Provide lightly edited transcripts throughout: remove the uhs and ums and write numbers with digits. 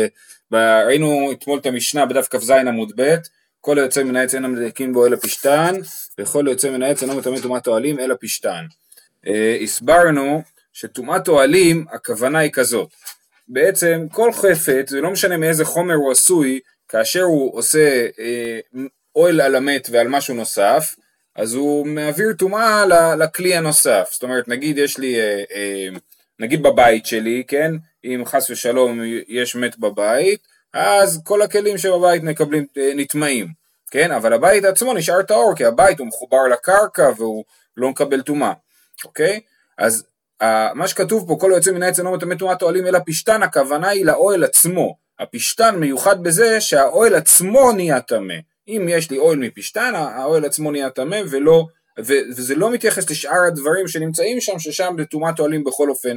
ראינו אתמול את המשנה בדף כ"ז עמוד ב', כל היוצא מן העץ אינו מדליקים בו אלא פשתן, וכל היוצא מן העץ אינו מטמא טומאת אוהלים אלא פשתן. הסברנו שטומאת אוהלים הכוונה היא כזאת, בעצם כל חפץ, זה לא משנה מאיזה חומר הוא עשוי, כאשר הוא עושה אוהל על המת ועל משהו נוסף, אז הוא מעביר טומאה לכלי הנוסף. זאת אומרת, נגיד יש לי, נגיד בבית שלי, כן, אם חס ושלום יש מת בבית, אז כל הכלים שבבית נטמאים, כן, אבל הבית עצמו נשאר טהור, כי הבית הוא מחובר לקרקע והוא לא מקבל טומאה, אוקיי? אז מה שכתוב פה, כל היוצא מן העץ אינו מטמא טומאת אוהלים אלא פשתן, הכוונה היא לאוהל עצמו. הפשתן מיוחד בזה שהאוהל עצמו נהיה טמא. אם יש לי אוהל מפשתן, האוהל עצמו נהיה טמא, וזה לא מתייחס לשאר הדברים שנמצאים שם, ששם לטומאת אוהלים בכל אופן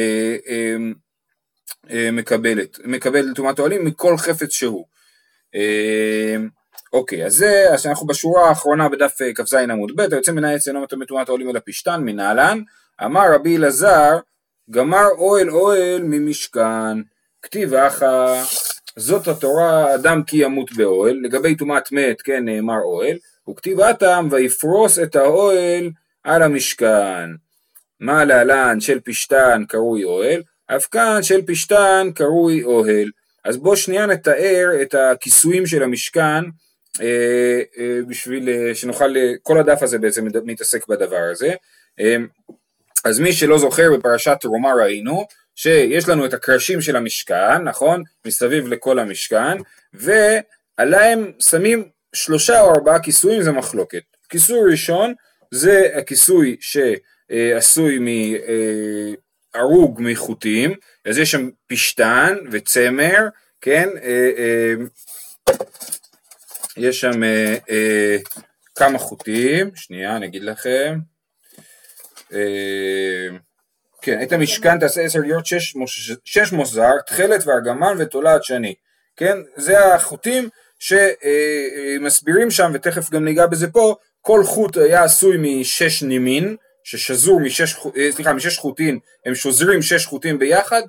מקבל טומאת אוהלים מכל חפץ שהוא. אוקיי, אז אנחנו בשורה האחרונה בדף כ"ז עמוד ב', היוצא מן העץ אינו מטמא טומאת אוהלים אלא פשתן, מנהלן, אמר רבי אלעזר, גמר אוהל ממשכן, כתיב אחא, זאת התורה, אדם כי ימות באוהל, לגבי טומאת מת, כן, נאמר אוהל, וכתיב אתם, ויפרוס את האוהל על המשכן. מה להלן של פשתן קרוי אוהל, אף כאן של פשתן קרוי אוהל. אז בוא שנייה נתאר את הכיסויים של המשכן, בשביל שנוכל, כל הדף הזה בעצם מתעסק בדבר הזה. אז מי שלא זוכר, בפרשת תרומה ראינו, שיש לנו את הקרשים של המשכן, נכון? מסביב לכל המשכן, ועליהם שמים 3 או 4 כיסויים, זה מחלוקת. כיסוי ראשון, זה הכיסוי שעשוי מערוג מחוטים, אז יש שם פשתן וצמר, כן? יש שם כמה חוטים, שנייה אני אגיד לכם, כן, את המשכן תעשה 10 להיות 6 מוזר, תחלת וארגמן ותולעת שני, כן, זה החוטים שמסבירים שם, ותכף גם ניגע בזה פה, כל חוט היה עשוי מ6 נימין, ששזור מ6 חוטים, הם שוזרים 6 חוטים ביחד,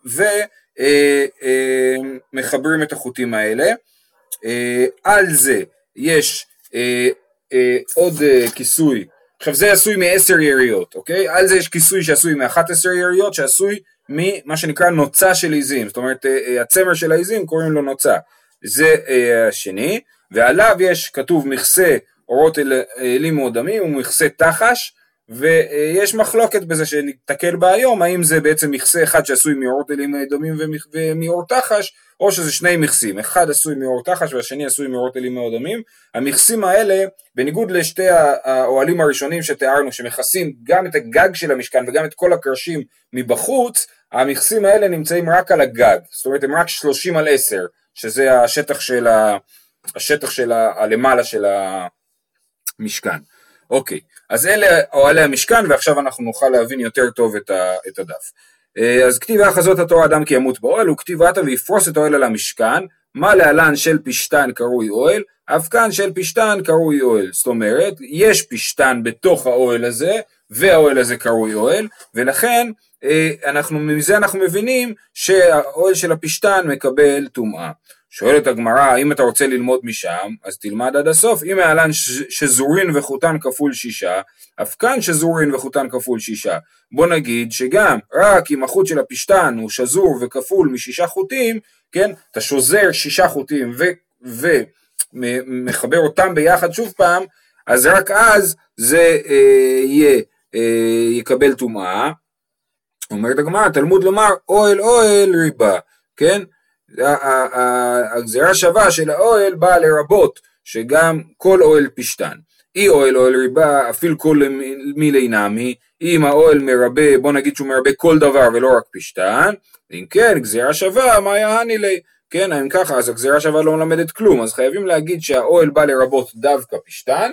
ומחברים את החוטים האלה, על זה יש עוד כיסוי, עכשיו זה עשוי מ10 יריות, אוקיי? על זה יש כיסוי שעשוי מ11 יריות, שעשוי ממה שנקרא נוצה של עיזים, זאת אומרת הצמר של העיזים קוראים לו נוצה, זה השני, ועליו יש כתוב מכסה אורות אלים מועדמים ומכסה תחש, ויש מחלוקת בזה שנתקל בה היום, האם זה בעצם מכסה אחד שעשוי מאורות אלים מועדמים ומאור תחש, או שזה שני מכסים, אחד עשוי מאור תחש והשני עשוי מאורות אלים מועדמים. המכסים האלה, בניגוד לשתי האוהלים הראשונים שתיארנו, שמכסים גם את הגג של המשכן וגם את כל הקרשים מבחוץ, המכסים האלה נמצאים רק על הגג, זאת אומרת הם רק 30/10, שזה השטח של הלמעלה של המשכן. אוקיי, אז אלה אוהלי המשכן, ועכשיו אנחנו נוכל להבין יותר טוב את הדף. אז כתיב אחא זאת התורה אדם כי ימות באוהל, וכתיב אתא ויפרוס את האוהל על המשכן, מה להלן של פשתן קרוי אוהל, אף כאן של פשתן קרוי אוהל. זאת אומרת, יש פשתן בתוך האוהל הזה, והאוהל הזה קרוי אוהל, ולכן מזה אנחנו מבינים שהאוהל של הפשתן מקבל טומאה. שואלת הגמרא, האם אתה רוצה ללמוד משם, אז תלמד עד הסוף, אם להלן שזורין וחוטן כפול 6, אף כאן שזורין וחוטן כפול 6. בוא נגיד שגם רק אם החוט של הפשתן הוא שזור וכפול מ6 חוטים, כן, אתה שוזר 6 חוטים ומחבר אותם ביחד שוב פעם, אז רק אז זה יקבל טומאה. אומרת הגמרא, תלמוד לומר אוהל אוהל ריבה, כן? הגזירה שווה של האוהל באה לרבות שגם כל אוהל פשתן. אי אוהל אוהל ריבה אפילו כל מילי נמי, אם האוהל מרבה, בוא נגיד שהוא מרבה כל דבר ולא רק פשתן, אם כן גזירה שווה מה יעני לי, כן, אם ככה אז הגזירה שווה לא מלמדת כלום, אז חייבים להגיד שהאוהל בא לרבות דווקא פשתן,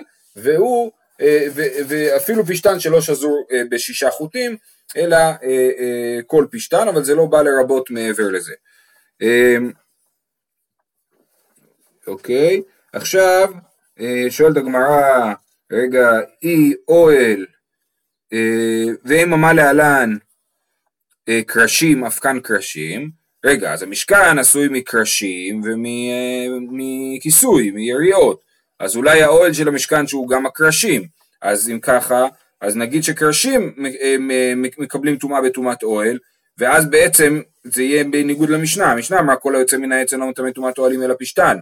ואפילו פשתן שלא שזור ב6 חוטים, אלא כל פשתן, אבל זה לא בא לרבות מעבר לזה. אוקיי, עכשיו שואלת הגמרא, רגע, אי אוהל ואם מה להלן קרשים, אף כאן קרשים, רגע, אז המשכן עשוי מקרשים ומכיסוי, מיריות, אז אולי האוהל של המשכן שהוא גם הקרשים, אז אם ככה, אז נגיד שקרשים מקבלים טומאה בטומאת אוהל, ואז בעצם זה יהיה בניגוד למשנה, המשנה אמרה כל היוצא מן העץ אינו מטמא טומאת אוהלים אלא פשתן,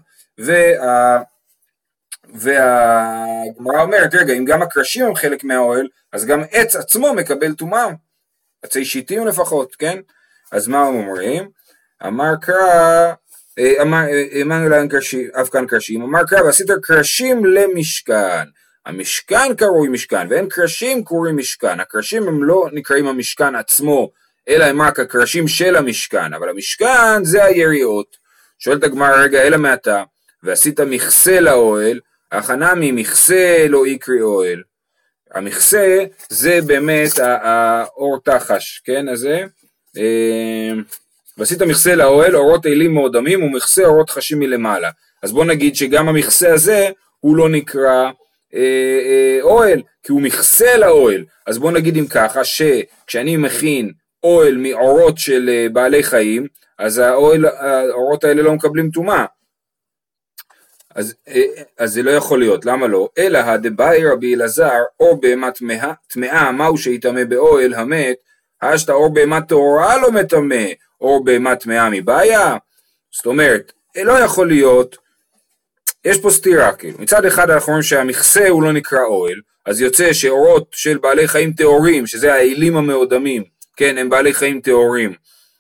והגמרא אומרת, רגע, אם גם הקרשים הם חלק מהאוהל, אז גם עץ עצמו מקבל טומאה, עצי שיטים לפחות, כן? אז מה הם אומרים? אמר קרא, אמרנו להם אף כאן קרשים, אמר קרא ועשית קרשים למשכן, המשכן קרוי משכן, ואין קרשים קוראים משכן, הקרשים הם לא נקראים המשכן עצמו, אלא הם רק הקרשים של המשכן, אבל המשכן זה היריעות. שואלת הגמרא, רגע, אלא מעתה, ועשית מכסה לאוהל, הכנה ממכסה לא יקרי אוהל. המכסה זה באמת האור תחש, כן, הזה, ועשית מכסה לאוהל, אורות אלים מאודמים, ומכסה אורות חשים מלמעלה. אז בוא נגיד שגם המכסה הזה, הוא לא נקרא אוהל, כי הוא מכסה לאוהל. אז בוא נגיד אם ככה, שכשאני מכין אוהל מאורות של בעלי חיים, אז האורות האלה לא מקבלים טומאה. אז זה לא יכול להיות, למה לא? אלא הדבאי רבי אלעזר, אור בהמה טמאה, מהו שיטמא באוהל המת, השתא אור בהמה טהורה לא מטמא, אור בהמה טמאה מבעיה? זאת אומרת, לא יכול להיות, יש פה סתירה, כאילו. מצד אחד אנחנו אומרים שהמכסה הוא לא נקרא אוהל, אז יוצא שאורות של בעלי חיים טהורים, שזה האלים המאודמים, כן, הם בעלי חיים טהורים,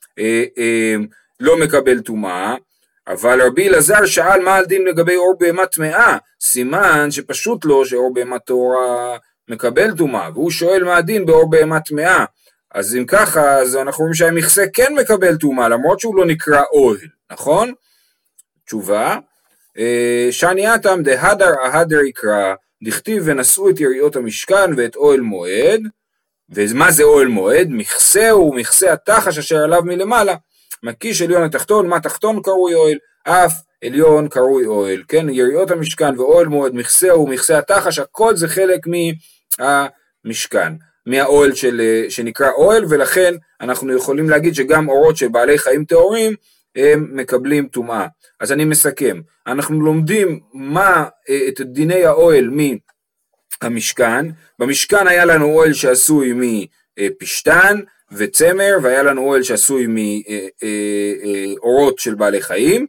לא מקבל טומאה, אבל רבי אלעזר שאל מה על דין לגבי אור בהמה טמאה, סימן שפשוט לא שאור בהמה טהורה מקבל טומאה, והוא שואל מה הדין באור בהמה טמאה, אז אם ככה, אז אנחנו רואים שהמכסה כן מקבל טומאה, למרות שהוא לא נקרא אוהל, נכון? תשובה, שניאתם דהדר ההדר יקרא, דכתיב ונשאו את יריעות המשכן ואת אוהל מועד, ומה זה אוהל מועד? מכסה הוא מכסה התחש אשר עליו מלמעלה, מקיש עליון התחתון, מה תחתון קרוי אוהל, אף עליון קרוי אוהל, כן, יריעות המשכן ואוהל מועד, מכסה הוא מכסה התחש, הכל זה חלק מהמשכן, מהאוהל שנקרא אוהל, ולכן אנחנו יכולים להגיד שגם אורות של בעלי חיים טהורים, הם מקבלים טומאה. אז אני מסכם, אנחנו לומדים את דיני האוהל מהמשכן, במשכן היה לנו אוהל שעשוי מפשתן וצמר, והיה לנו אוהל שעשוי מאורות של בעלי חיים,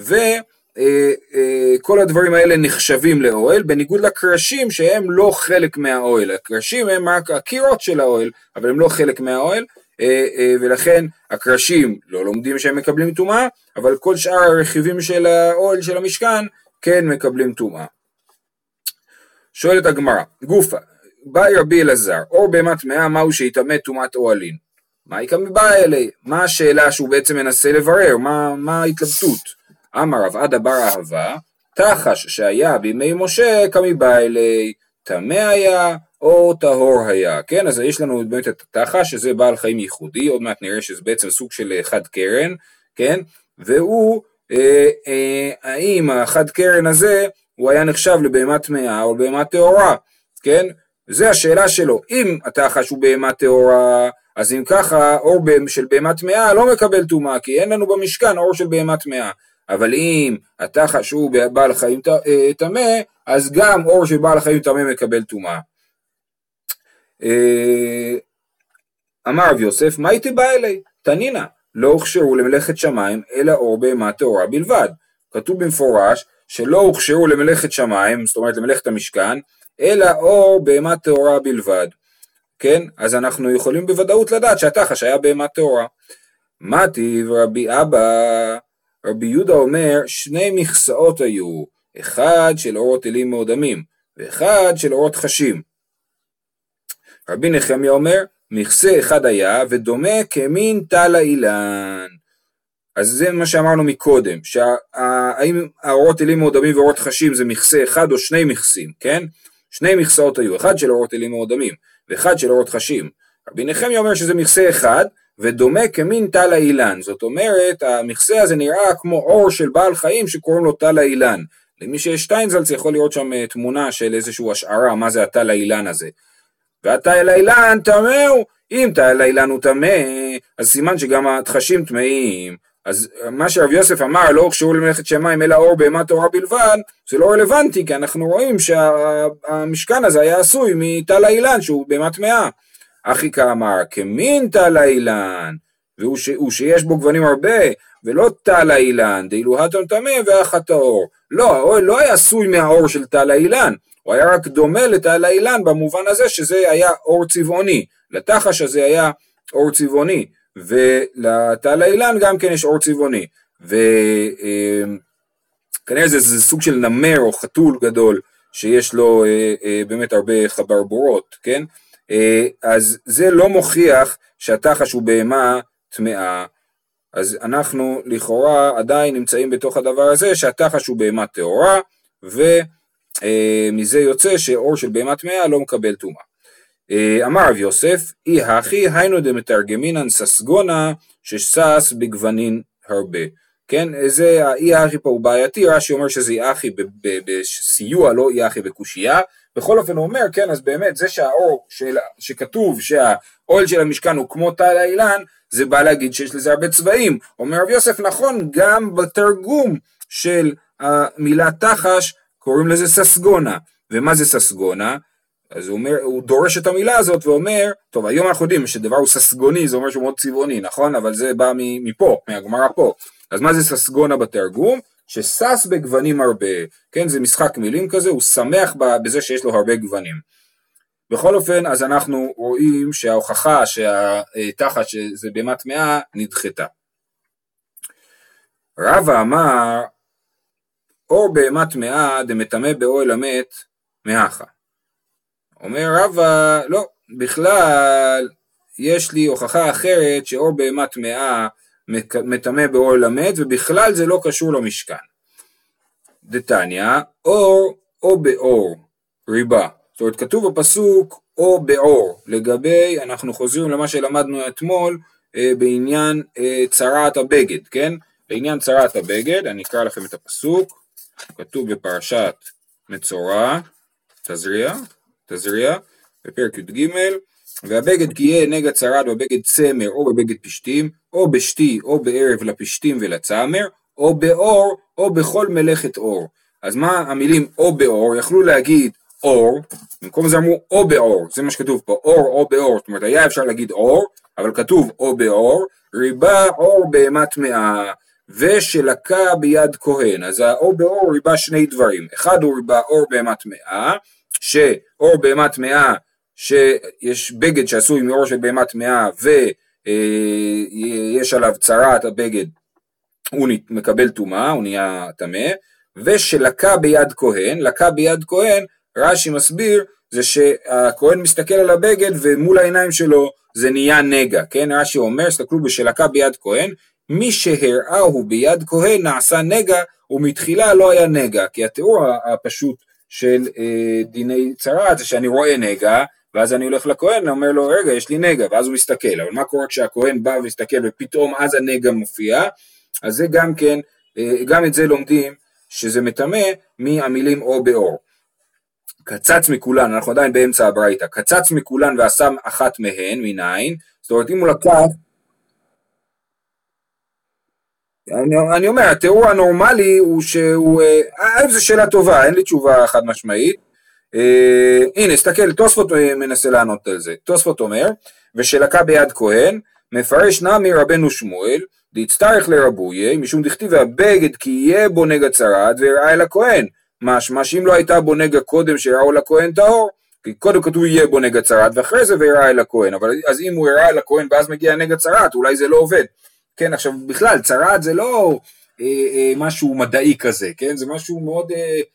וכל הדברים האלה נחשבים לאוהל, בניגוד לקרשים שהם לא חלק מהאוהל, הקרשים הם רק הקירות של האוהל, אבל הם לא חלק מהאוהל, ולכן הקרשים לא לומדים שהם מקבלים טומאה, אבל כל שאר הרכיבים של האוהל של המשכן כן מקבלים טומאה. שואלת הגמרא, גופה, באי רבי אלעזר, אור בהמה טמאה מהו שיטמא טומאת אוהלין? מה היא כמבא אלי? מה השאלה שהוא בעצם מנסה לברר? מה ההתלבטות? אמר רב עדה בר אהבה, תחש שהיה בימי משה כמבא אלי, טמא היה או טהור היה, כן? אז יש לנו באמת את התחש, שזה בעל חיים ייחודי, עוד מעט נראה שזה בעצם סוג של חד קרן, כן? והוא, האם החד קרן הזה, הוא היה נחשב לבהמה טמאה או לבהמה טהורה, כן? זה השאלה שלו, אם התחש הוא בהמה טהורה, אז אם ככה, אור של בהמה טמאה לא מקבל טומאה, כי אין לנו במשכן אור של בהמה טמאה, אבל אם התחש הוא בעל חיים טמא, אז גם אור של בעל חיים טמא מקבל טומאה. אמר רב יוסף, מה הייתי בא אלי? תנינה, לא הוכשרו למלאכת שמיים, אלא אור בהמה טהורה בלבד. כתוב במפורש שלא הוכשרו למלאכת שמיים, זאת אומרת למלאכת המשכן, אלא אור בהמה טהורה בלבד. כן? אז אנחנו יכולים בוודאות לדעת שהתחש היה בהמה טהורה. מתי ורבי אבא, רבי יהודה אומר, שני מכסאות היו, אחד של אורות אלים מאודמים, ואחד של אורות חשים. רבי נחמיה אומר, מכסה אחד היה, ודומה כמין תל האילן. אז זה מה שאמרנו מקודם, האם האורות אלים מאודמים ואורות חשים זה מכסה אחד או שני מכסים, כן? שני מכסאות היו, אחד של אורות אלים מאודמים, ואחד של אורות חשים. רבי נחמיה אומר שזה מכסה אחד, ודומה כמין תל האילן. זאת אומרת, המכסה הזה נראה כמו אור של בעל חיים שקוראים לו תל האילן. למי שיש שטיינזלץ יכול לראות שם תמונה של איזושהי השערה, מה זה התל האילן הזה. והתל האילן טמאו, אם תל האילן הוא טמא, אז סימן שגם התחשים טמאים. אז מה שרב יוסף אמר, לא קשור למלאכת שמיים אלא אור בהמה טהורה בלבד, זה לא רלוונטי, כי אנחנו רואים שהמשכן הזה היה עשוי מתל האילן, שהוא בהמה טמאה. אחי כאמר, כמין תל האילן, והוא שיש בו גוונים הרבה, ולא תל האילן, דאילו הטון טמא ואחת האור. לא, האור לא היה עשוי מהאור של תל האילן, הוא היה רק דומה לתל האילן, במובן הזה שזה היה אור צבעוני, לתחש הזה היה אור צבעוני, ולתל האילן גם כן יש אור צבעוני, וכנראה זה סוג של נמר או חתול גדול, שיש לו באמת הרבה חברבורות, כן? אז זה לא מוכיח שהתחש הוא בהמה טמאה, אז אנחנו לכאורה עדיין נמצאים בתוך הדבר הזה, שהתחש הוא בהמה טהורה, ומזה יוצא שאור של בהמה טמאה לא מקבל טומאה. אמר רב יוסף, אי הכי היינו דמתרגמינן ססגונה ששש בגוונין הרבה. כן, זה האי הכי פה הוא בעייתי, רש"י אומר שזה אי הכי בסיוע, לא אי הכי בקושייה. בכל אופן הוא אומר, כן, אז באמת זה שהאור שכתוב שהאוהל של המשכן הוא כמו תל האילן, זה בא להגיד שיש לזה הרבה צבעים. אומר רב יוסף, נכון, גם בתרגום של המילה תחש קוראים לזה ססגונה. ומה זה ססגונה? אז הוא אומר, הוא דורש את המילה הזאת ואומר, טוב, היום אנחנו יודעים שדבר הוא ססגוני, זה אומר שהוא מאוד צבעוני, נכון? אבל זה בא מפה, מהגמרא פה. אז מה זה ססגונה בתרגום? שסס בגוונים הרבה, כן? זה משחק מילים כזה, הוא שמח בזה שיש לו הרבה גוונים. בכל אופן, אז אנחנו רואים שההוכחה שהתחת שזה בהמה טמאה נדחתה. רבא אמר, אור בהמה טמאה דמטמא באוהל המת מהכה. אומר רבא, לא, בכלל יש לי הוכחה אחרת שאור בהמה טמאה מטמא באוהל המת, ובכלל זה לא קשור למשכן. דתניא, אור או באור ריבה. זאת אומרת, כתוב בפסוק או באור, לגבי, אנחנו חוזרים למה שלמדנו אתמול, בעניין צרת הבגד, כן? בעניין צרת הבגד, אני אקרא לכם את הפסוק, כתוב בפרשת מצורע, תזריע, בפרק י"ג, והבגד כי יהיה נגע צרד בבגד צמר או בבגד פשתים, או בשתי או בערב לפשתים ולצמר, או באור או בכל מלאכת אור. אז מה המילים או באור? יכלו להגיד אור, במקום זה אמרו או באור, זה מה שכתוב פה, אור או באור, זאת אומרת היה אפשר להגיד אור, אבל כתוב או באור, ריבה אור בהמה טמאה, ושלקה ביד כהן. אז האור באור ריבה שני דברים, אחד הוא ריבה אור בהמה טמאה, שאור בהמה טמאה, שיש בגד שעשוי מאור של בהמה טמאה, ויש עליו צרת הבגד, הוא מקבל טומאה, הוא נהיה טמא, ושלקה ביד כהן, לקה ביד כהן, רש"י מסביר, זה שהכהן מסתכל על הבגד, ומול העיניים שלו זה נהיה נגע, כן? רש"י אומר, סתכלו בשלקה ביד כהן, מי שהראהו ביד כהן נעשה נגע, ומתחילה לא היה נגע, כי התיאור הפשוט של דיני צרת, זה שאני רואה נגע, ואז אני הולך לכהן, אומר לו, רגע, יש לי נגע, ואז הוא מסתכל, אבל מה קורה כשהכהן בא ומסתכל, ופתאום אז הנגע מופיע, אז זה גם כן, גם את זה לומדים, שזה מטמא מהמילים או באור. קצץ מכולן, אנחנו עדיין באמצע הברייתא, קצץ מכולן ועשה אחת מהן, מניין, זאת אומרת, אם הוא לקח, אני אומר, התיאור הנורמלי הוא שהוא, זו שאלה טובה, אין לי תשובה חד משמעית, הנה, הסתכל, תוספות מנסה לענות על זה, תוספות אומר, ושלקה ביד כהן, מפרש נמי רבנו שמואל, דהצטרך לרבויה, משום דכתיב הבגד כי יהיה בו נגע צרד, והראה אל הכהן, משמע שאם לא הייתה בו נגע קודם שהראו לכהן טהור, כי קודם כתוב יהיה בו נגע צרד, ואחרי זה והראה אל הכהן, אבל אז אם הוא הראה אל הכהן ואז מגיע נגע צרד, אולי זה לא עובד. כן, עכשיו בכלל, צרד זה לא משהו מדעי כזה, כן, זה משהו מאוד,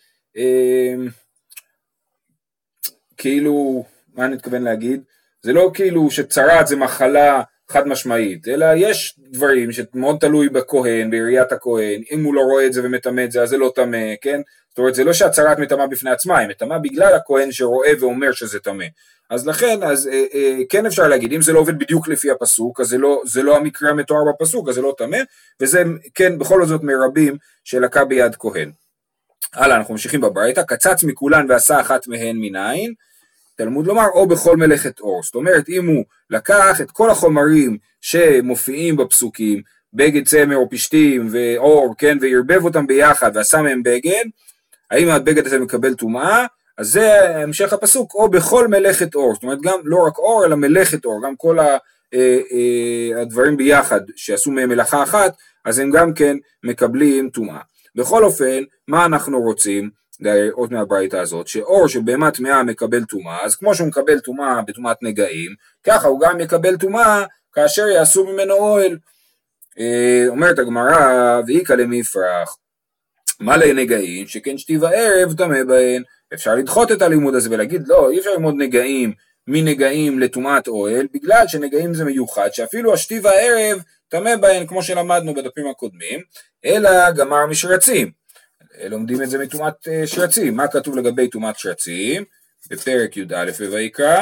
כאילו, מה אני מתכוון להגיד? זה לא כאילו שצרד זה מחלה חד משמעית, אלא יש דברים שמאוד תלוי בכהן, בעיריית הכהן, אם הוא לא רואה את זה ומטמא את זה, אז זה לא טמא, כן? זאת אומרת, זה לא שהצרת מטמא בפני עצמה, היא מטמא בגלל הכהן שרואה ואומר שזה טמא. אז לכן, אז כן אפשר להגיד, אם זה לא עובד בדיוק לפי הפסוק, אז זה לא המקרה המתואר בפסוק, אז זה לא טמא, וזה כן בכל זאת מרבים שלקה ביד כהן. הלאה, אנחנו ממשיכים בברייתא, קצץ מכולן ועשה אחת מהן מניין, תלמוד לומר, או בכל מלאכת אור. זאת אומרת, אם הוא לקח את כל החומרים שמופיעים בפסוקים, בגד צמר או פשתים ואור, כן, וירבב אותם ביחד ועשה מהם בגד, האם הבגד הזה מקבל טומאה? אז זה המשך הפסוק, או בכל מלאכת אור, זאת אומרת גם לא רק אור אלא מלאכת אור, גם כל הדברים ביחד שעשו מהם מלאכה אחת, אז הם גם כן מקבלים טומאה. בכל אופן, מה אנחנו רוצים לראות מהברייתא הזאת? שאור שבהמה טמאה מקבל טומאה, אז כמו שהוא מקבל טומאה בטומאת נגעים, ככה הוא גם יקבל טומאה כאשר יעשו ממנו אוהל. אומרת הגמרא, ואיכא למפרח, מה לנגעים? שכן שתי וערב טמא בהן. אפשר לדחות את הלימוד הזה ולהגיד, לא, אי אפשר ללמוד נגעים מנגעים לטומאת אוהל, בגלל שנגעים זה מיוחד, שאפילו השתי והערב טמא בהן, כמו שלמדנו בדפים הקודמים, אלא גמר משרצים. לומדים את זה מטומאת שרצים. מה כתוב לגבי טומאת שרצים? בפרק י"א בויקרא,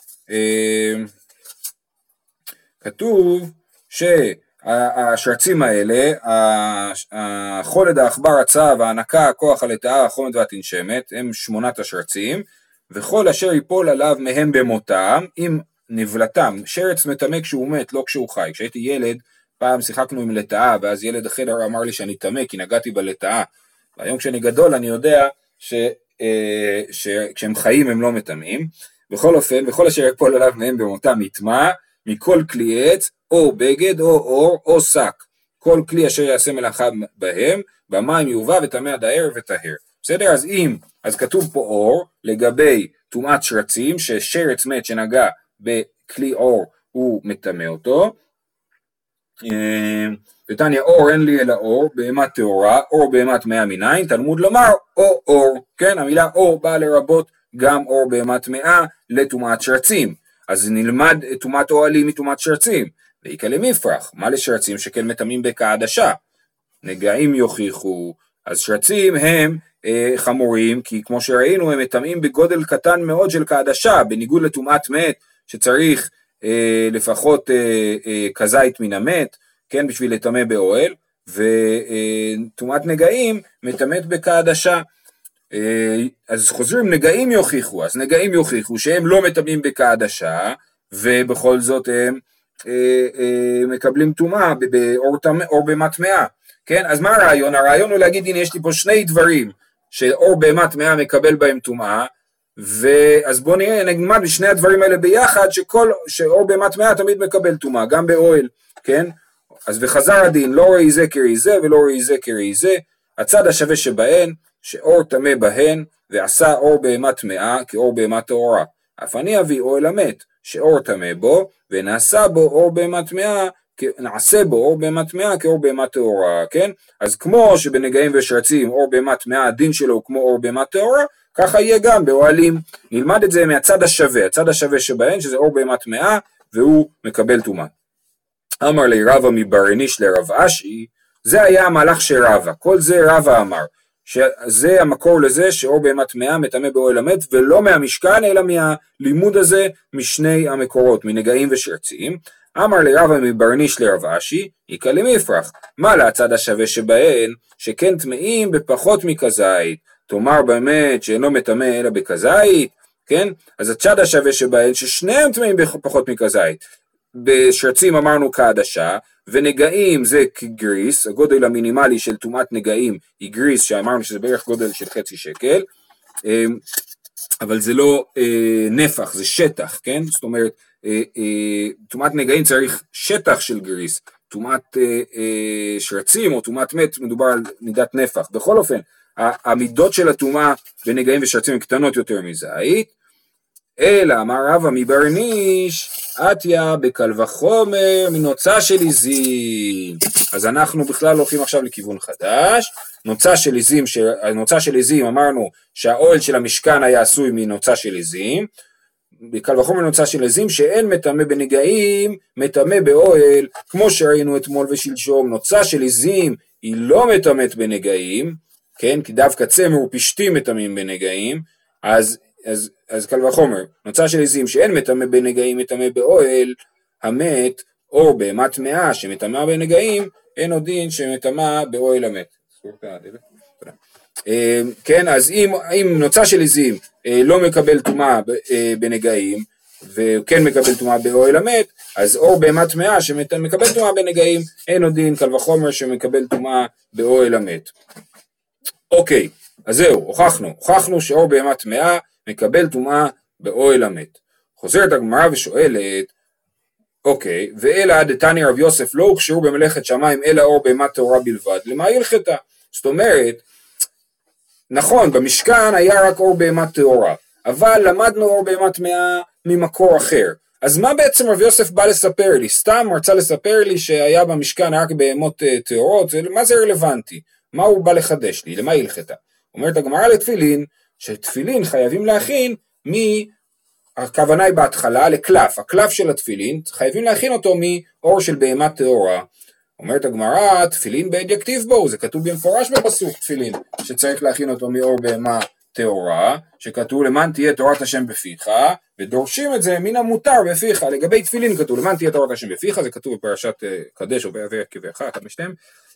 כתוב שהשרצים האלה, החולד, העכבר, הצב, הענקה, הכוח, הלטאה, החומד והתנשמת, הם 8 השרצים, וכל אשר ייפול עליו מהם במותם, עם נבלתם. שרץ מטמא כשהוא מת, לא כשהוא חי. כשהייתי ילד, פעם שיחקנו עם לטאה, ואז ילד אחר אמר לי שאני טמא כי נגעתי בלטאה. והיום כשאני גדול אני יודע שכשהם חיים הם לא מטמאים. בכל אופן, וכל אשר ייפול עליו מהם במותם יטמא, מכל כלי עץ, או בגד, או אור, או שק. כל כלי אשר יעשה מלאכה בהם, במים יובא וטמא עד הערב וטהר. בסדר? אז כתוב פה אור, לגבי טומאת שרצים, ששרץ מת שנגע בכלי אור, הוא מטמא אותו. ותניא אור אין לי אלא אור, בהמה טהורה, אור בהמה טמאה מניין, תלמוד לומר או אור. כן, המילה אור באה לרבות גם אור בהמה טמאה לטומאת שרצים. אז נלמד טומאת אוהלים מטומאת שרצים. ואיכא למפרח, מה לשרצים שכן מטמאים בקעדשה? נגעים יוכיחו. אז שרצים הם חמורים, כי כמו שראינו הם מטמאים בגודל קטן מאוד של קעדשה, בניגוד לטומאת מת שצריך לפחות כזית מן המת, כן, בשביל לטמא באוהל, וטומאת נגעים מטמאת בקעדשה. אז חוזרים נגעים יוכיחו, אז נגעים יוכיחו שהם לא מטמאים בקעדשה, ובכל זאת הם מקבלים טומאה באור בהמה טמאה. כן, אז מה הרעיון? הרעיון הוא להגיד, הנה יש לי פה 2 דברים שאור בהמה טמאה מקבל בהם טומאה, ואז בואו נראה, נגמד בשני הדברים האלה ביחד, שאור בהמה טמאה תמיד מקבל טומאה, גם באוהל, כן? אז וחזר הדין, לא ראי זה כראי זה ולא ראי זה כראי זה, הצד השווה שבהן, שאור טמא בהן, ועשה אור בהמה טמאה כאור בהמה טהורה. אף אני אביא אוהל המת, שאור טמא בו, ונעשה בו אור בהמה טמאה, נעשה בו אור בהמה טמאה כאור בהמה טהורה, כן? אז כמו שבנגעים ושרצים אור בהמה טמאה, הדין שלו הוא כמו אור בהמה טהורה, ככה יהיה גם באוהלים. נלמד את זה מהצד השווה, הצד השווה שבהן, שזה אור בהמה טמאה, והוא מקבל טומאה. אמר לי רבא מברניש לרב אשי, זה היה המהלך של רבא, כל זה רבא אמר, שזה המקור לזה שאור בהמה טמאה מטמא באוהל המת, ולא מהמשכן אלא מהלימוד הזה משני המקורות, מנגעים ושרצים. אמר לי רבא מברניש לרב אשי, איכא למפרח, מה להצד השווה שבהן, שכן טמאים בפחות מכזית, תאמר באמת שאינו מטמא אלא בכזית, כן? אז הצד השווה שבהן ששניהם טמאים בפחות מכזית, בשרצים אמרנו קעדשה, ונגעים זה כגריס, הגודל המינימלי של טומאת נגעים היא גריס, שאמרנו שזה בערך גודל של 0.5 שקל, אבל זה לא נפח, זה שטח, כן? זאת אומרת, טומאת נגעים צריך שטח של גריס, טומאת שרצים או טומאת מת מדובר על מידת נפח. בכל אופן, המידות של הטומאה בנגעים ושרצים הן קטנות יותר מזית, אלא אמר רבא מברניש, עטיה בקל וחומר מנוצה של עזים. אז אנחנו בכלל הולכים עכשיו לכיוון חדש. נוצה של עזים אמרנו שהאוהל של המשכן היה עשוי מנוצה של עזים, בקל וחומר נוצה של עזים שאין מטמא בנגעים, מטמא באוהל, כמו שראינו אתמול ושלשום. נוצה של עזים היא לא מטמאת בנגעים, כן? כי דווקא צמר ופשתים מטמאים בנגעים, אז קל וחומר, נוצה של עזים שאין מטמא בנגעים, מטמא באוהל המת, או בהמה טמאה שמטמאה בנגעים, אין עוד דין שמטמא באוהל המת. כן, אז אם נוצה של עזים לא מקבל טומאה בנגעים, וכן מקבל טומאה באוהל המת, אז אור בהמה טמאה שמקבל טומאה בנגעים, אין עוד דין קל וחומר שמקבל טומאה באוהל המת. אוקיי, אז זהו, הוכחנו שאור בהמה טמאה מקבל טומאה באוהל המת. חוזרת הגמרא ושואלת, אוקיי, ואלא דתניא רב יוסף לא הוכשרו במלאכת שמיים אלא אור בהמה טהורה בלבד, למה הלכתה? זאת אומרת, נכון, במשכן היה רק אור בהמה טהורה, אבל למדנו אור בהמה טמאה ממקור אחר. אז מה בעצם רב יוסף בא לספר לי? סתם רצה לספר לי שהיה במשכן רק בהמות טהורות, מה זה רלוונטי? מה הוא בא לחדש לי? למה הלכתה? אומרת הגמרא לתפילין, שתפילין חייבים להכין הכוונה היא בהתחלה לקלף, הקלף של התפילין, חייבים להכין אותו מאור של בהמה טהורה. אומרת הגמרא, תפילין בעד יכתיב בו, זה כתוב במפורש בפסוק תפילין, שצריך להכין אותו מאור בהמה טהורה, שכתוב למען תהיה תורת השם בפיך, ודורשים את זה מן המותר בפיך. לגבי תפילין כתוב למען תהיה תורת השם בפיך, זה כתוב בפרשת קדש או בהווה עקבך, אחד משתיהם,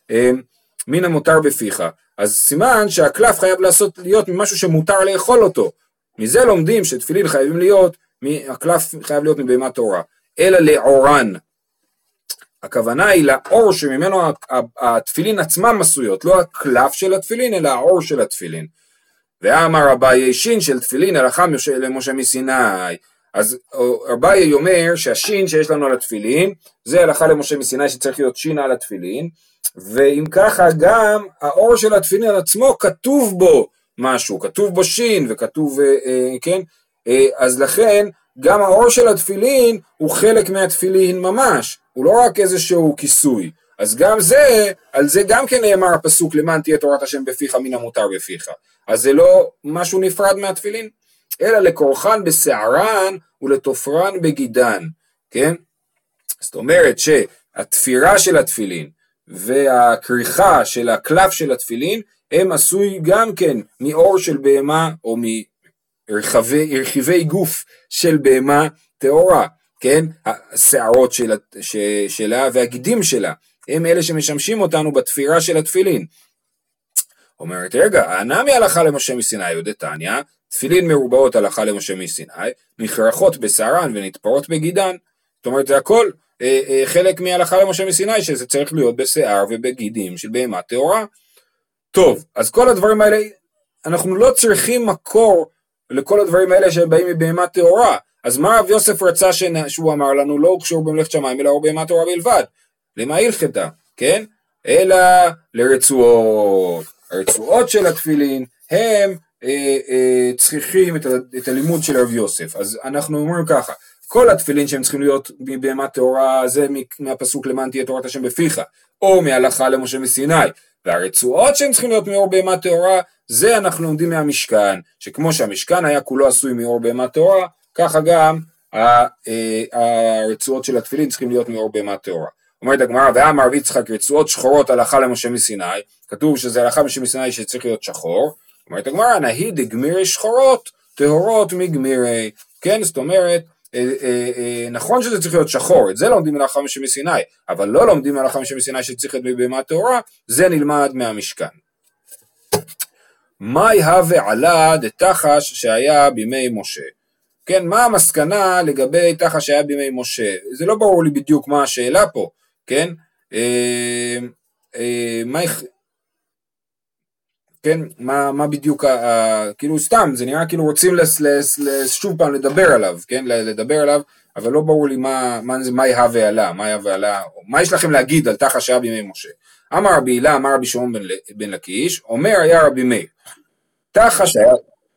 מן המותר בפיך. אז סימן שהקלף חייב להיות ממשהו שמותר לאכול אותו. מזה לומדים שתפילין חייבים להיות, הקלף חייב להיות מבהמה טהורה, אלא לעורן. הכוונה היא לאור שממנו התפילין עצמם עשויות, לא הקלף של התפילין, אלא האור של התפילין. ואמר אביי שין של תפילין הלכה למשה מסיני. אז אביי אומר שהשין שיש לנו על התפילין, זה הלכה למשה מסיני שצריך להיות שין על התפילין, ואם ככה גם האור של התפילין עצמו כתוב בו משהו, כתוב בו שין וכתוב, כן, אז לכן גם האור של התפילין הוא חלק מהתפילין ממש, הוא לא רק איזשהו כיסוי. אז גם זה, על זה גם כן נאמר הפסוק למען תהיה תורת השם בפיך מן המותר בפיך. אז זה לא משהו נפרד מהתפילין, אלא לקורחן בשערן ולתופרן בגידן, כן? זאת אומרת שהתפירה של התפילין והכריכה של הקלף של התפילין הם עשוי גם כן מאור של בהמה או מרחיבי גוף של בהמה טהורה, כן? השערות שלה והגידים שלה הם אלה שמשמשים אותנו בתפירה של התפילין. אומרת רגע, הנמי הלכה למשה מסיני יודתניא, תפילין מרובעות הלכה למשה מסיני, נכרחות בשערן ונתפרות בגידן. זאת אומרת זה הכל חלק מהלכה למשה מסיני, שזה צריך להיות בשיער ובגידים של בהמה טהורה. טוב, אז כל הדברים האלה, אנחנו לא צריכים מקור לכל הדברים האלה שבאים מבהמה טהורה. אז מה רב יוסף רצה שהוא אמר לנו? לא הוכשרו במלאכת שמיים אלא אור בהמה טהורה בלבד. למה הלכתה? כן? אלא לרצועות. הרצועות של התפילין הם צריכים את הלימוד של רב יוסף. אז אנחנו אומרים ככה, כל התפילין שהם צריכים להיות מבהמה טהורה, זה מהפסוק למען תהיה תורת השם בפיך, או מהלכה למשה מסיני. והרצועות שהם צריכים להיות מאור בהמה טהורה, זה אנחנו לומדים מהמשכן, שכמו שהמשכן היה כולו עשוי מאור בהמה טהורה, ככה גם הרצועות של התפילין צריכים להיות מאור בהמה טהורה. אומרת הגמרא, ואמר רבי יצחק רצועות שחורות הלכה למשה מסיני, כתוב שזה הלכה למשה מסיני שצריך להיות שחור. אומרת הגמרא, נהי דגמירי שחורות טהורות מגמירי, כן? זאת אומרת, נכון שזה צריך להיות שחור, את זה לומדים מהלכה למשה מסיני, אבל לא לומדים מהלכה למשה מסיני שצריך להיות בבהמה טהורה, זה נלמד מהמשכן. מאי הווה עלה דתחש שהיה בימי משה. כן, מה המסקנה לגבי תחש שהיה בימי משה? זה לא ברור לי בדיוק מה השאלה פה, כן? כן, מה בדיוק, כאילו סתם, זה נראה כאילו רוצים שוב פעם לדבר עליו, כן? לדבר עליו, אבל לא ברור לי מה יהווה עלה, מה יש לכם להגיד על תחש שהיה בימי משה? אמר רבי הילה, אמר רבי שמעון בן לקיש, אומר היה רבי מאיר, תחש היה,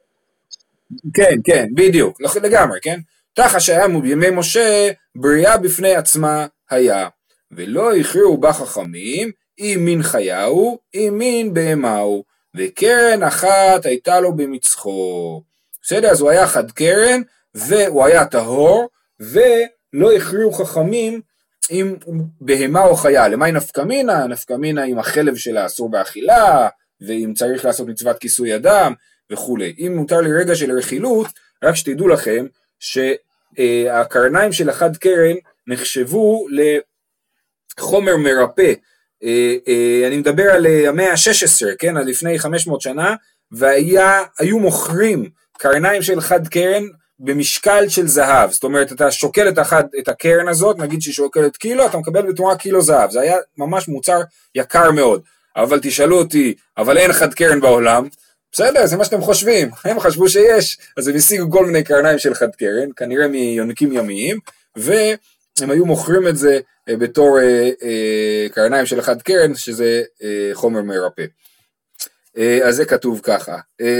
כן, בדיוק, לגמרי, כן? תחש היה בימי משה, בריאה בפני עצמה היה, ולא הכריעו בה חכמים, אם מין חייהו, אם מין בהמהו, וקרן אחת הייתה לו במצחו. בסדר, אז הוא היה חד קרן, והוא היה טהור, ולא הכריעו חכמים אם בהמה או חיה. למה היא נפקמינה? נפקמינה עם החלב שלה אסור באכילה, ואם צריך לעשות מצוות כיסוי אדם, וכו'. אם מותר לי רגע של רכילות, רק שתדעו לכם, שהקרניים של החד קרן נחשבו לחומר מרפא. אני מדבר על המאה ה-16, כן, על לפני 500 שנה, והיו מוכרים קרניים של חד קרן במשקל של זהב, זאת אומרת אתה שוקל את הקרן הזאת, נגיד שהיא שוקלת קילו, אתה מקבל בתמורה קילו זהב, זה היה ממש מוצר יקר מאוד, אבל תשאלו אותי, אבל אין חד קרן בעולם, בסדר, זה מה שאתם חושבים, הם חשבו שיש, אז הם השיגו כל מיני קרניים של חד קרן, כנראה מיונקים ימיים, והם היו מוכרים את זה בתור קרניים של חד קרן, שזה חומר מרפא. אז זה כתוב ככה.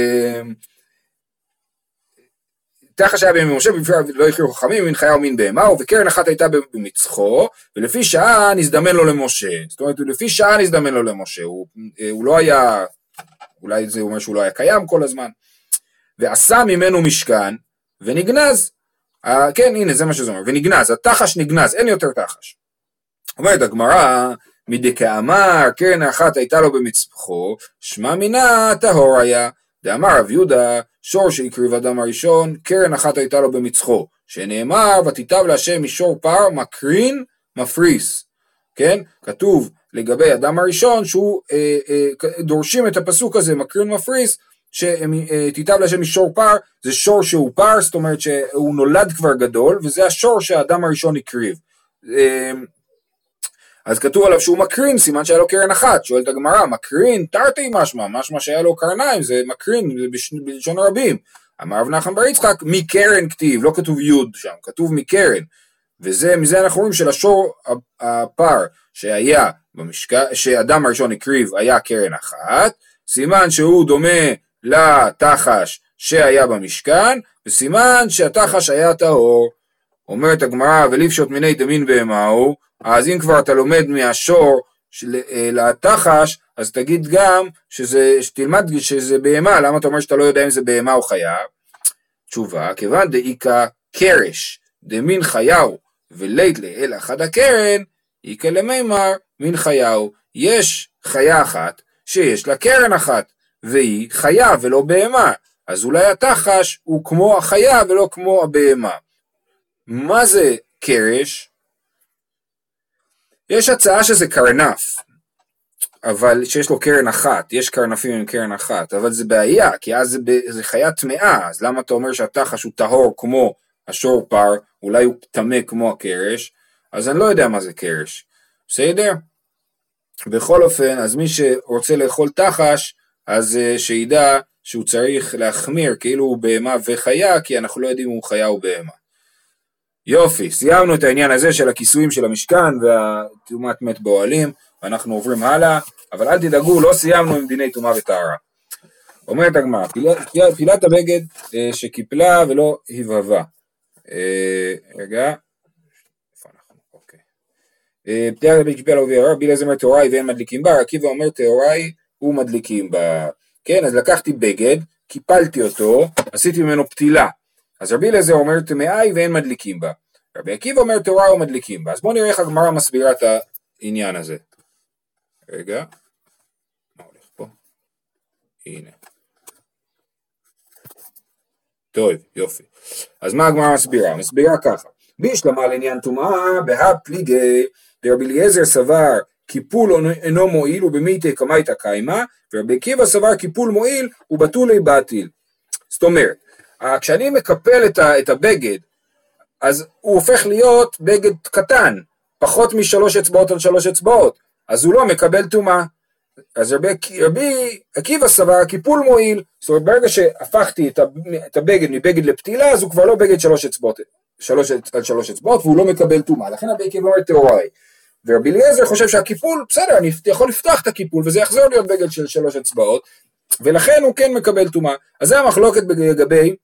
תחש היה בימי משה, לא הכירו חכמים, מין חיה ומין בהמה, וקרן אחת הייתה במצחו, ולפי שעה נזדמן לו למשה. זאת אומרת, לפי שעה נזדמן לו למשה, הוא לא היה, אולי זה אומר שהוא לא היה קיים כל הזמן, ועשה ממנו משכן, ונגנז. כן, הנה, זה מה שזה אומר, ונגנז, התחש נגנז, אין יותר תחש. אומרת הגמרא, מדכאמר, קרן אחת הייתה לו במצחו, שמע מינה טהור היה, דאמר רב יהודה, שור שהקריב אדם הראשון, קרן אחת הייתה לו במצחו, שנאמר, ותיטב להשם משור פר, מקרין, מפריס, כן? כתוב לגבי אדם הראשון, שהוא דורשים את הפסוק הזה, מקרין מפריס, שתיטב להשם משור פר, זה שור שהוא פר, זאת אומרת שהוא נולד כבר גדול, וזה השור שהאדם הראשון הקריב. אז כתוב עליו שהוא מקרין, סימן שהיה לו קרן אחת, שואלת הגמרא, מקרין, תרתי משמע שהיה לו קרניים, זה מקרין, זה בלשון רבים. אמר רב נחמן בר יצחק, מקרן כתיב, לא כתוב יוד שם, כתוב מקרן, מזה אנחנו רואים שלשור הפר שהיה שאדם הראשון הקריב היה קרן אחת, סימן שהוא דומה לתחש שהיה במשכן, וסימן שהתחש היה טהור. אומרת הגמרא, ולפשוט מיני דמין בהמהו, אז אם כבר אתה לומד מהשור לתחש, אז תגיד גם שתלמד שזה בהמה, למה אתה אומר שאתה לא יודע אם זה בהמה או חיה? תשובה, כיוון דאיקה קרש, דמין חייהו, ולית לאל אחד הקרן, איקה למימר, מין חייהו. יש חיה אחת, שיש לה קרן אחת, והיא חיה ולא בהמה, אז אולי התחש הוא כמו החיה ולא כמו הבהמה. מה זה קרש? יש הצעה שזה קרנף, אבל שיש לו קרן אחת, יש קרנפים עם קרן אחת, אבל זה בעיה, כי אז זה חיה טמאה, אז למה אתה אומר שהתחש הוא טהור כמו השור פר, אולי הוא טמא כמו הקרש, אז אני לא יודע מה זה קרש, בסדר? בכל אופן, אז מי שרוצה לאכול תחש, אז שידע שהוא צריך להחמיר, כאילו הוא בהמה וחיה, כי אנחנו לא יודעים אם הוא חיה או בהמה. יופי, סיימנו את העניין הזה של הכיסויים של המשכן והטומאת מת באוהלים, ואנחנו עוברים הלאה, אבל אל תדאגו, לא סיימנו עם דיני טומאה וטהרה. אומרת הגמרא, פילת הבגד שקיפלה ולא הבהבה. רגע, איפה אנחנו? אוקיי. פילת הבגד שקיפלה ולא הבהבה, בילה זה אומר תאוראי ואין מדליקים בה, עקיבא אומר תאוראי ומדליקים בה. כן, אז לקחתי בגד, קיפלתי אותו, עשיתי ממנו פתילה. אז רבי אליעזר אומר טמאי ואין מדליקים בה. רבי עקיבא אומר תאורה ומדליקים בה. אז בואו נראה איך הגמרא מסבירה את העניין הזה. רגע. מה הולך פה? הנה. טוב, יופי. אז מה הגמרא מסבירה? מסבירה ככה. בישלמה לעניין טומאה בהפליגי, רבי אליעזר סבר קיפול אינו מועיל ובמיתי קמייתא קיימא, ורבי עקיבא סבר קיפול מועיל ובתולי בטיל. זאת אומרת, כשאני מקפל את הבגד, אז הוא הופך להיות בגד קטן, פחות מ3 אצבעות על 3 אצבעות, אז הוא לא מקבל טומאה. אז רבי עקיבא סבר קיפול מועיל, זאת אומרת ברגע שהפכתי את הבגד מבגד לפתילה, אז הוא כבר לא בגד 3 אצבעות, 3 על 3 אצבעות, והוא לא מקבל טומאה, לכן רבי עקיבא אומר תאוראי. ורבי אליעזר חושב שהקיפול, בסדר, אני יכול לפתוח את הקיפול, וזה יחזור להיות בגד של 3 אצבעות, ולכן הוא כן מקבל טומאה. אז זה המחלוקת לגבי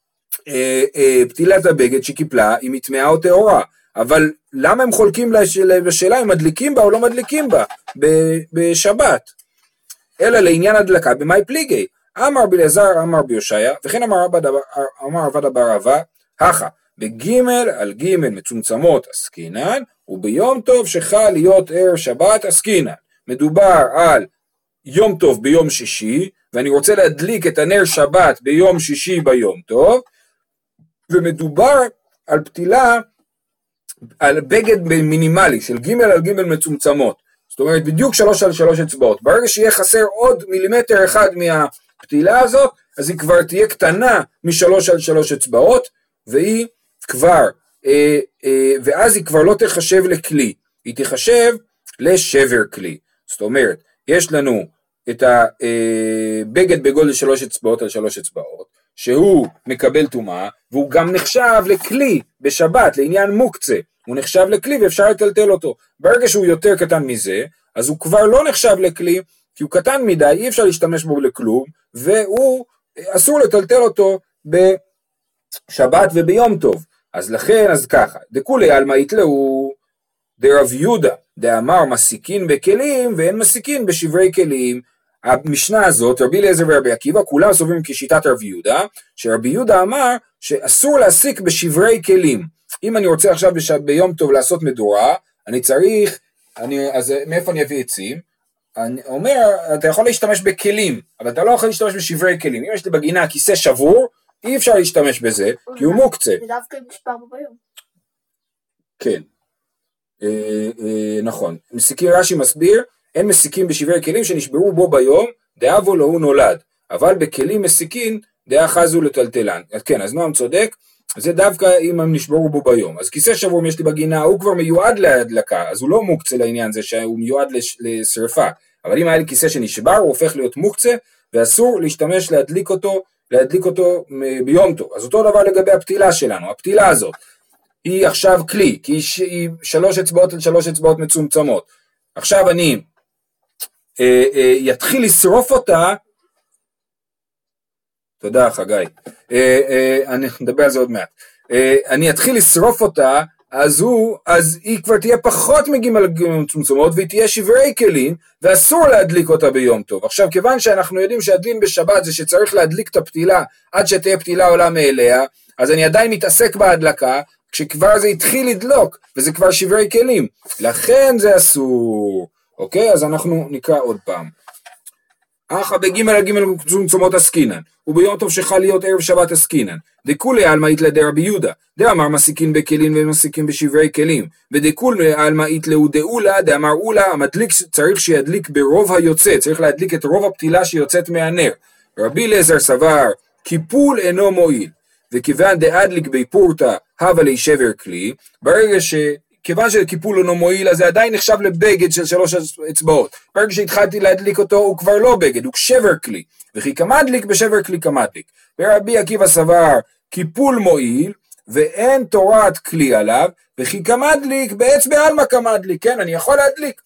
פתילת הבגד שקיפלה אם היא טמאה או טהורה, אבל למה הם חולקים לשאלה אם מדליקים בה או לא מדליקים בה בשבת? אלא לעניין הדלקה במאי פליגי, אמר בלעזר אמר ביושעיה, וכן אמר עבד אבר אבא, הכה בגימל על גימל מצומצמות עסקינן, וביום טוב שחל להיות ערב שבת עסקינן. מדובר על יום טוב ביום שישי, ואני רוצה להדליק את הנר שבת ביום שישי ביום טוב, ומדובר על פתילה, על בגד מינימלי של ג' על ג' מצומצמות, זאת אומרת בדיוק 3 על 3 אצבעות, ברגע שיהיה חסר עוד מילימטר אחד מהפתילה הזאת, אז היא כבר תהיה קטנה מ3 על 3 אצבעות, והיא כבר, ואז היא כבר לא תחשב לכלי, היא תחשב לשבר כלי. זאת אומרת, יש לנו את הבגד בגודל 3 אצבעות על 3 אצבעות, שהוא מקבל טומאה, והוא גם נחשב לכלי בשבת, לעניין מוקצה, הוא נחשב לכלי ואפשר לטלטל אותו. ברגע שהוא יותר קטן מזה, אז הוא כבר לא נחשב לכלי, כי הוא קטן מדי, אי אפשר להשתמש בו לכלום, והוא אסור לטלטל אותו בשבת וביום טוב. אז לכן, אז ככה, דכולי עלמא יתלאו דרב יהודה, דאמר מסיקין בכלים, ואין מסיקין בשברי כלים. המשנה הזאת, רבי אליעזר ורבי עקיבא, כולם סוברים כשיטת רבי יהודה, שרבי יהודה אמר שאסור להסיק בשברי כלים. אם אני רוצה עכשיו ביום טוב לעשות מדורה, אני צריך, אז מאיפה אני אביא עצים? אני אומר, אתה יכול להשתמש בכלים, אבל אתה לא יכול להשתמש בשברי כלים. אם יש לי בגינה כיסא שבור, אי אפשר להשתמש בזה, כי הוא מוקצה. זה דווקא נשבר בו ביום. כן, נכון. רש"י מסביר, אין מסיקים בשברי כלים שנשברו בו ביום, דאבו לו הוא נולד, אבל בכלים מסיקין, דאה חזו לטלטלן. כן, אז נועם צודק, זה דווקא אם הם נשברו בו ביום. אז כיסא שבור יש לי בגינה, הוא כבר מיועד להדלקה, אז הוא לא מוקצה לעניין זה שהוא מיועד לשרפה. אבל אם היה לי כיסא שנשבר, הוא הופך להיות מוקצה, ואסור להשתמש להדליק אותו ביום טוב. אז אותו דבר לגבי הפתילה שלנו, הפתילה הזאת, היא עכשיו כלי, כי היא 3 אצבעות על 3 אצבעות מצומצמות. עכשיו אני יתחיל לשרוף אותה, תודה חגי, אני אדבר על זה עוד מעט, אני אתחיל לשרוף אותה, אז היא כבר תהיה פחות מגימל מצומצמות, והיא תהיה שברי כלים, ואסור להדליק אותה ביום טוב. עכשיו, כיוון שאנחנו יודעים שהדין בשבת זה שצריך להדליק את הפתילה, עד שתהיה פתילה עולה מאליה, אז אני עדיין מתעסק בהדלקה, כשכבר זה התחיל לדלוק, וזה כבר שברי כלים, לכן זה אסור. אוקיי, אז אנחנו נקרא עוד פעם. אחא בגימל על גימל מצומצמות עסקינן, וביום טוב שחל להיות ערב שבת עסקינן, דכולי עלמא יתלא דרבי יהודה, דאמר מסיקין בכלים ומסיקין בשברי כלים, ודכולי עלמא יתלאו דאולה, דאמר אולה, המדליק צריך שידליק ברוב היוצא, צריך להדליק את רוב הפתילה שיוצאת מהנר. רבי אליעזר סבר, קיפול אינו מועיל, וכיוון דאדליק בי פורתא הווה לי שבר כלי, כיוון שקיפול אינו מועיל, אז זה עדיין נחשב לבגד של 3 אצבעות. ברגע שהתחלתי להדליק אותו, הוא כבר לא בגד, הוא שבר כלי. וכי כמדליק בשבר כלי כמדליק. ורבי עקיבא סבר, קיפול מועיל, ואין תורת כלי עליו, וכי כמדליק בעץ בעלמא כמדליק. כן, אני יכול להדליק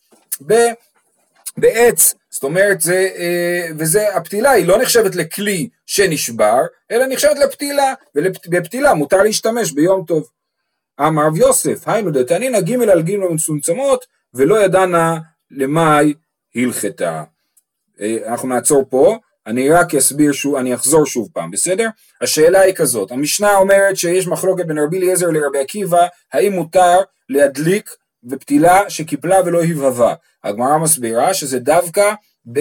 בעץ. זאת אומרת, וזה, הפתילה היא לא נחשבת לכלי שנשבר, אלא נחשבת לפתילה, ובפתילה מותר להשתמש ביום טוב. אמר רב יוסף, היינו דתנינא גימל על גימל מצומצמות, ולא ידענה למאי הלכתה. אנחנו נעצור פה, אני רק אסביר שוב, אני אחזור שוב פעם, בסדר? השאלה היא כזאת, המשנה אומרת שיש מחלוקת בין רבי אליעזר לרבי עקיבא, האם מותר להדליק בפתילה שקיפלה ולא הבהבה. הגמרא מסבירה שזה דווקא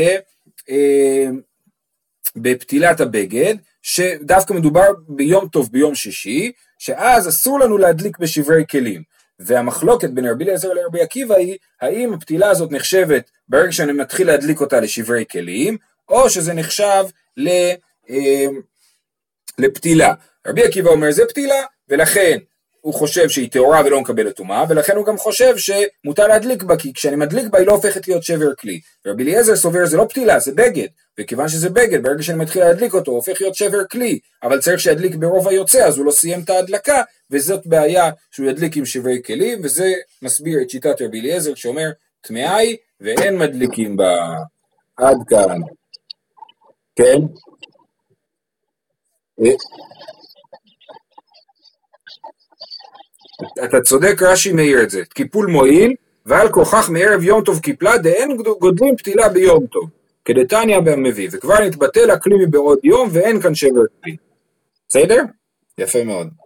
בפתילת הבגד, שדווקא מדובר ביום טוב ביום שישי, שאז אסור לנו להדליק בשברי כלים. והמחלוקת בין רבי אליעזר לרבי עקיבא היא, האם הפתילה הזאת נחשבת ברגע שאני מתחיל להדליק אותה לשברי כלים, או שזה נחשב לפתילה. רבי עקיבא אומר זה פתילה, ולכן הוא חושב שהיא טהורה ולא מקבלת טומאה, ולכן הוא גם חושב שמותר להדליק בה, כי כשאני מדליק בה היא לא הופכת להיות שבר כלי. ורבי אליעזר סובר זה לא פתילה, זה בגד, וכיוון שזה בגד, ברגע שאני מתחיל להדליק אותו, הוא הופך להיות שבר כלי, אבל צריך שידליק ברוב היוצא, אז הוא לא סיים את ההדלקה, וזאת בעיה שהוא ידליק עם שברי כלים, וזה מסביר את שיטת רבי אליעזר, שאומר, טמאה היא ואין מדליקים בה. עד כאן. כן? אתה צודק, רש"י מאיר את זה, קיפול מועיל, ועל כוכך מערב יום טוב קיפלה, דאין גודלים פתילה ביום טוב, כדתניא במביא, וכבר נתבטל הכלי מבעוד יום, ואין כאן שבר כלי. בסדר? יפה מאוד.